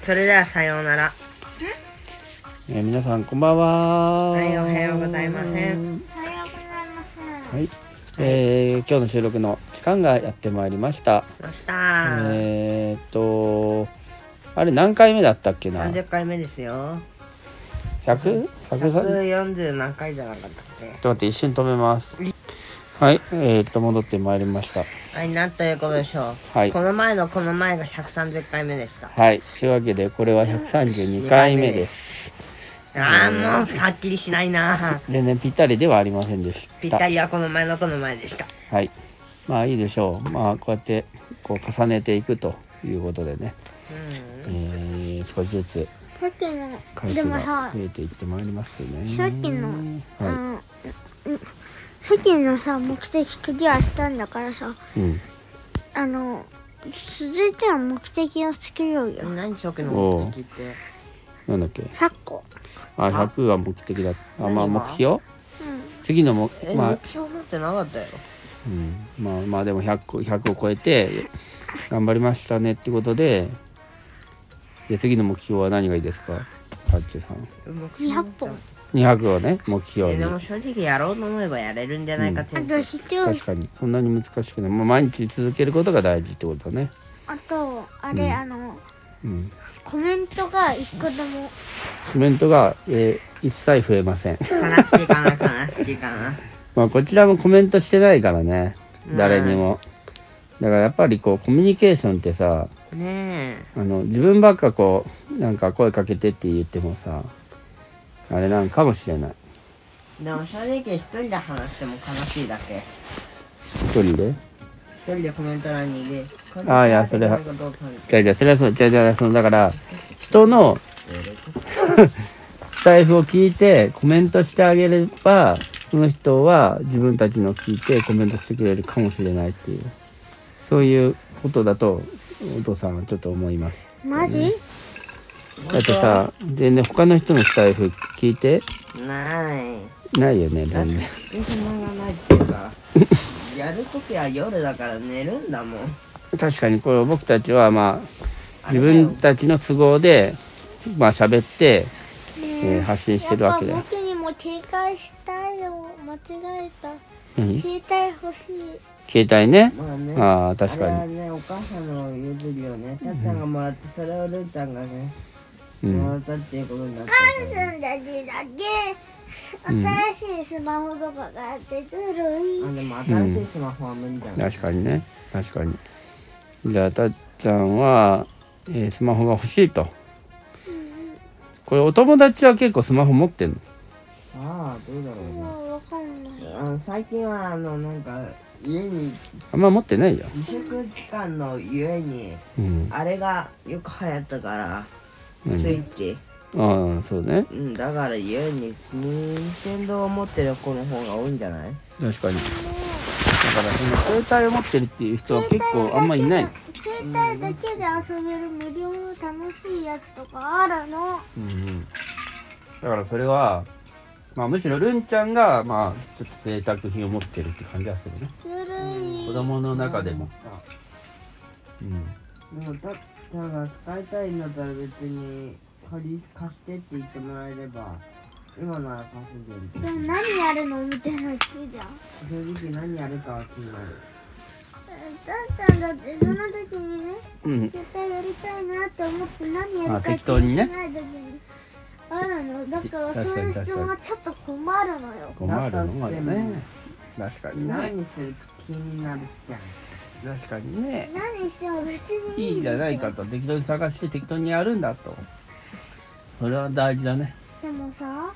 それではさようなら。 皆さんこんばんは。 はい、おはようございません。 おはようございまはい、今日の収録の時間がやってまいりました。あれ何回目だったっけな。 30回目ですよ。 100？ 140何回じゃなかったっけ。 ちょっと待って、一瞬止めます。はい、戻ってまいりました。 はい、なんということでしょう。 はい、 この前が130回目でした。 はい、というわけでこれは132回目です。 もうはっきりしないな。 全然ぴったりではありませんでした。 ぴったりはこの前でした。 はい、まあいいでしょう。まあこうやってこう重ねていくということでね、少しずつ回数が増えていってまいりますよね。 さっきのさ、目的クリアしたんだからさ、続いては目的を作ろうよ。 何初期の目的って。 なんだっけ。 100個。 100が目的だ。まあ目標？次の目標持ってなかったよ。 まあでも100を超えて頑張りましたねってことで、次の目標は何がいいですか、タッチさん。 200本。 200をね、目標に。 でも正直やろうと思えばやれるんじゃないかって。 あと確かにそんなに難しくない。毎日続けることが大事ってことだね。 あとあれ、コメントが1個でも。 コメントが、一切増えません。 悲しいかな。 まあこちらもコメントしてないからね、誰にも。だからやっぱりこうコミュニケーションってさ、自分ばっかこうなんか声かけてって言ってもさ、あれなんかもしれない。 でも正直一人で話しても悲しいだけ。 一人でコメント欄に入れ。 いや、それはそれはそうだから人のスタイフを聞いてコメントしてあげれば、その人は自分たちの聞いてコメントしてくれるかもしれないっていう、そういうことだとお父さんはちょっと思います。 マジ？ だってさ、全然他の人のスタイフ聞いてないよね、全然。 暇がないっていうかやるときは夜だから寝るんだもん。 確かにこれ僕たちはまあ自分たちの都合でまあ喋って、発信してるわけだよ。 僕にも携帯したいよ。間違えた。 何？ 携帯欲しい。 携帯ね。 まあね、 確かに。 あれはね、お母さんの譲りをね、たっちゃんがもらって、それをルンちゃんがね、もらったっていうことになってる。 母さんたちだけ新しいスマホとかがあってずるい。 でも新しいスマホは無理じゃん。 確かにね、確かに。じゃあたっちゃんは、スマホが欲しいと。これお友達は結構スマホ持ってんの？ どうだろうね。 わかんない。 最近はなんか家にあんま持ってないよ。 自粛期間のゆえに、あれがよく流行ったからスイッチ。 そうね。 だから家に任天堂を持ってる子の方が多いんじゃない？ 確かに。だからその携帯を持ってるっていう人は結構あんまいない。 携帯だけで遊べる無料の楽しいやつとかあるの。 だからそれはまあむしろルンちゃんがまあちょっと贅沢品を持ってるって感じはするね。 ずるい。 子供の中でも。 でもたっちゃんが使いたいんだったら別に貸してって言ってもらえれば今なら貸せる。 でも何やるのみたいな言ってじゃん。 正直何やるかは気になる。 たっちゃんだってその時にね、絶対やりたいなって思って何やるか適当にねない時にあるの。だからそういう質問はちょっと困るのよ。 困るのがね。確かにね。 何する気になるじゃん。 確かにね。 何しても別にいいいいじゃないかと、適当に探して適当にやるんだと。それは大事だね。 でもさ、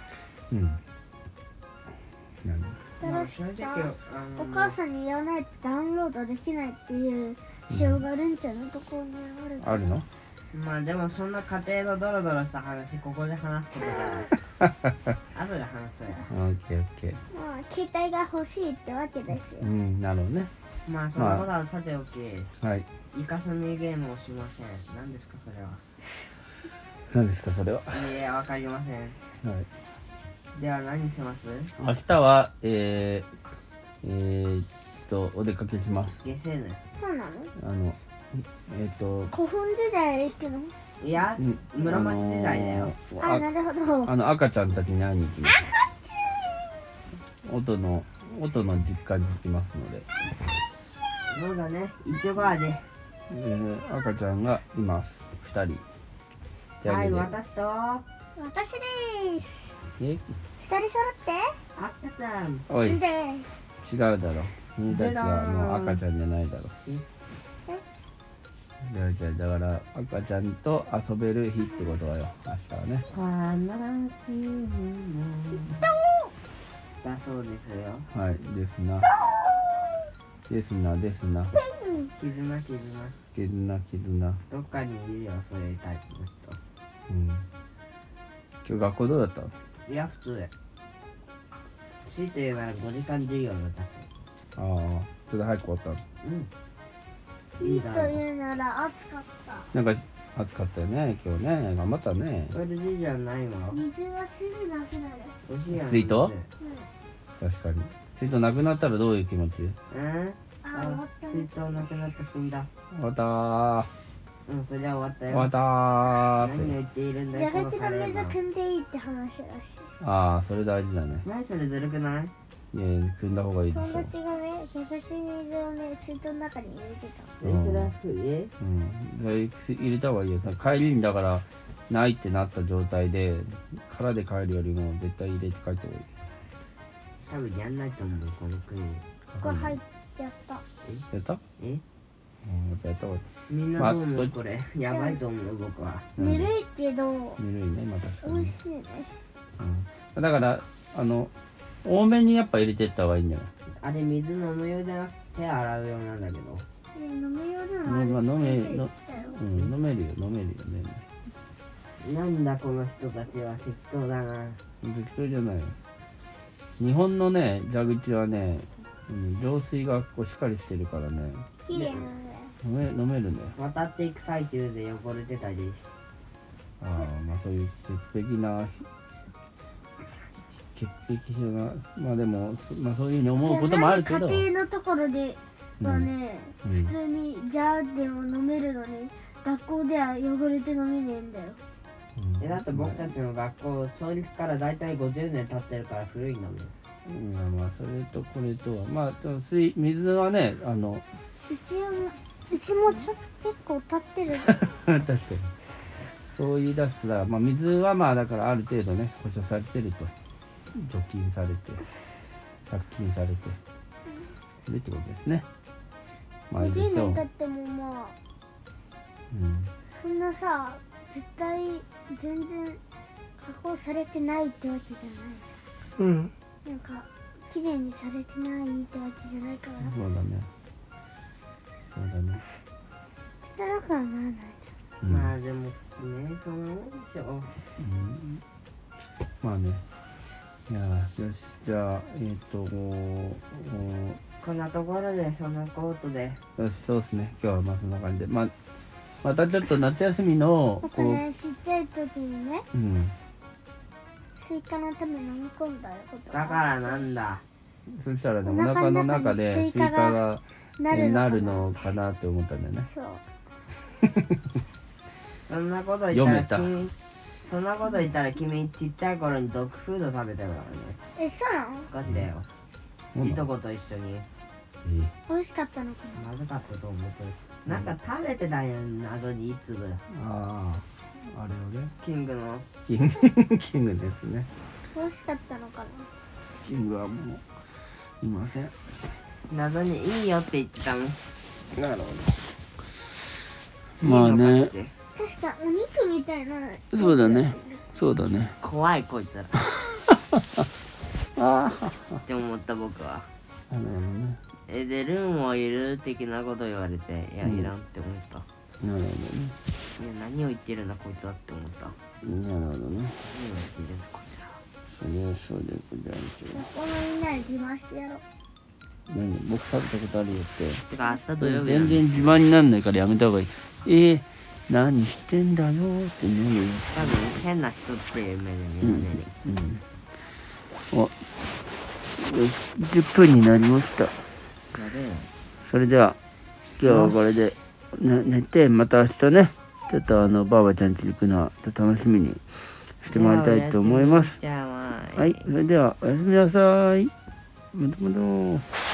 正直お母さんに言わないとダウンロードできないっていう仕様がルンちゃんのところにあるの？ まあでもそんな家庭のドロドロした話ここで話すことじゃない。後で話そうや。 オッケー。 まあ携帯が欲しいってわけですよ。 なるほどね。 まあそんなことはさておき、イカスミゲームをしません。何ですかそれは。 何ですかそれは。 いやわかりません。では何します？ 明日はお出かけします。 ゲセヌ。 そうなの？ 古墳時代行くの？ いや、室町時代だよ。 あ、なるほど。 赤ちゃんたちに会いに行きます。音の実家に行きますので。 そうだね、一応バーで。 赤ちゃんがいます。2人。 はい、私と。 私です。 え？ 二人揃って。 赤ちゃん。 おい。違うでだろ。君たちはもう赤ちゃんじゃないだろ。だから赤ちゃんと遊べる日ってことはよ、明日はね。 だそうですよ。 はい、ですな。絆。 どっかにいるよ、そういうタイプの人。 今日学校どうだったの？ いや、普通で。強いて言うなら5時間授業だった。 ああ、ちょっと早く終わったの。 いいと言うなら暑かった。 なんか暑かったよね、今日ね。頑張ったね。 これ授業ないわ。 水がすぐなくなる。 水筒？確かに。水筒なくなったらどういう気持ち？ 終わった。 水筒なくなって死んだ。 終わったー。 それじゃ終わったよ。 終わったー。 何を言っているんだよ。 蛇口が水汲んでいいって話らしい。 ああ、それ大事だね。 何それずるくない？ いや、汲んだ方がいいでしょ。 友達がね、蛇口に水をね、水筒の中に入れてた。 それは入れた方がいいよ。帰りにだからないってなった状態で空で帰るよりも絶対入れて帰った方がいい。 多分やんないと思う、この国。 これ入ってやった。 やった？やった方がいい。 みんなどう思うこれ？やばいと思う、僕は。 ぬるいけどぬるいね、また。 美味しいね。 だから多めにやっぱ入れてった方がいいんじゃない？ あれ水飲む用じゃなくて手洗う用なんだけど。 飲む用でもある。 飲めるよね。 なんだこの人たちは適当だな。 適当じゃないよ。日本のね蛇口はね、浄水がこうしっかりしてるからね。 綺麗なんだよ。 飲めるんだよ。 渡っていく最中で汚れてたり。 まあそういう潔癖症がでもそういうふうに思うこともあるけど。 家庭のところではね、普通にジャーでも飲めるのに学校では汚れて飲めねえんだよ。 だって僕たちの学校創立からだいたい50年経ってるから古いんだもん。 それとこれとは水はねうちも結構経ってる。 確かにそう言い出すと水はだからある程度ね保証されてると、除菌されて殺菌されてするってことですね。 50年経ってもそんなさ絶対全然加工されてないってわけじゃない。なんか綺麗にされてないってわけじゃないから。 そうだね汚くはならない。 でもね、そのでしょ。 いやよし、じゃあこんなところでそんなコートでよし、そうですね。今日はそんな感じでまたちょっと夏休みのちっちゃい時にね、スイカの種飲み込んだことだからなんだ。 そしたらね、お腹の中でスイカがなるのかなって思ったんだよね。 そうそんなこと言ったら君ちっちゃい頃にドッグフード食べたからね。 そうなの？ 分かったよ。いとこと一緒に。 美味しかったのかな。 まずかったと思ってる。なんか食べてたんやん、謎に1粒。 あれをね、 キングのキングですね。 美味しかったのかな。 キングはもういません。 謎にいいよって言ってたもん。 なるほど。ね。 確かお肉みたいな。 そうだね。 怖いこいつら。って思った僕は。 なるほどね。 でルーもいる的なこと言われて、いや、いらんって思った。 なるほどね。 いや、何を言ってるんだこいつはって思った。 なるほどね。 何を言っているんだこいつらは。 そうでございますよ。 このみんなに自慢してやろう。 僕食べたことあるよって。 てか明日土曜日全然自慢になんないからやめた方がいい。何してんだよってね。 多分変な人っていう目で見られる。 10分になりました。それでは今日はこれで寝て、また明日ね、ちょっとばあばちゃん家に行くのは楽しみにしてもらいたいと思います。はい、それではおやすみなさい。またまた。